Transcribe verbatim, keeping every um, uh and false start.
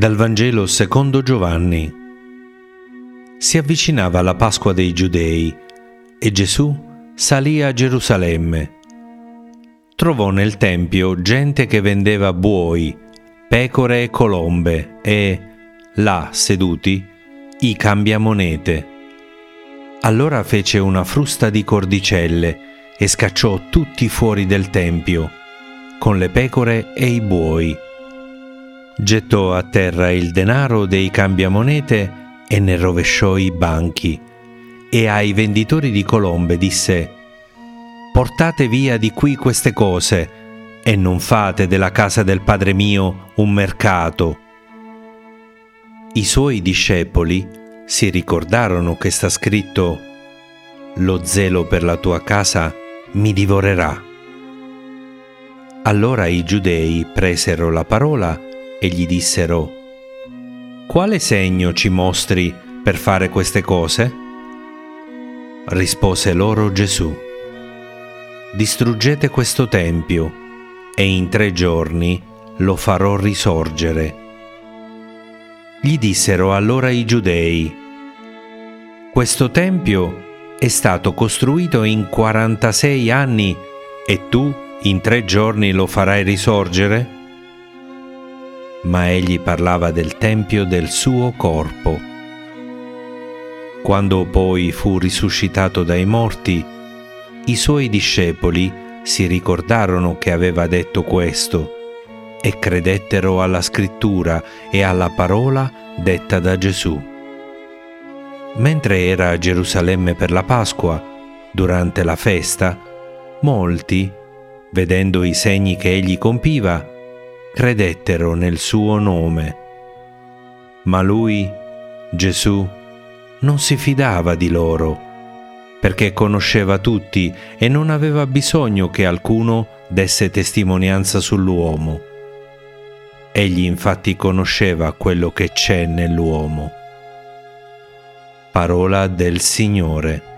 Dal Vangelo secondo Giovanni. Si avvicinava la Pasqua dei Giudei e Gesù salì a Gerusalemme. Trovò nel tempio gente che vendeva buoi, pecore e colombe e, là seduti, i cambiamonete. Allora fece una frusta di cordicelle e scacciò tutti fuori del tempio, con le pecore e i buoi. Gettò a terra il denaro dei cambiamonete e ne rovesciò i banchi, e ai venditori di colombe disse: «Portate via di qui queste cose e non fate della casa del Padre mio un mercato». I suoi discepoli si ricordarono che sta scritto: «Lo zelo per la tua casa mi divorerà». Allora i giudei presero la parola e gli dissero: «Quale segno ci mostri per fare queste cose?» Rispose loro Gesù: «Distruggete questo tempio e in tre giorni lo farò risorgere». Gli dissero allora i giudei: «Questo tempio è stato costruito in quarantasei anni e tu in tre giorni lo farai risorgere?» Ma egli parlava del tempio del suo corpo. Quando poi fu risuscitato dai morti, i suoi discepoli si ricordarono che aveva detto questo e credettero alla scrittura e alla parola detta da Gesù. Mentre era a Gerusalemme per la Pasqua, durante la festa, molti, vedendo i segni che egli compiva, credettero nel suo nome. Ma lui, Gesù, non si fidava di loro, perché conosceva tutti e non aveva bisogno che alcuno desse testimonianza sull'uomo. Egli infatti conosceva quello che c'è nell'uomo. Parola del Signore.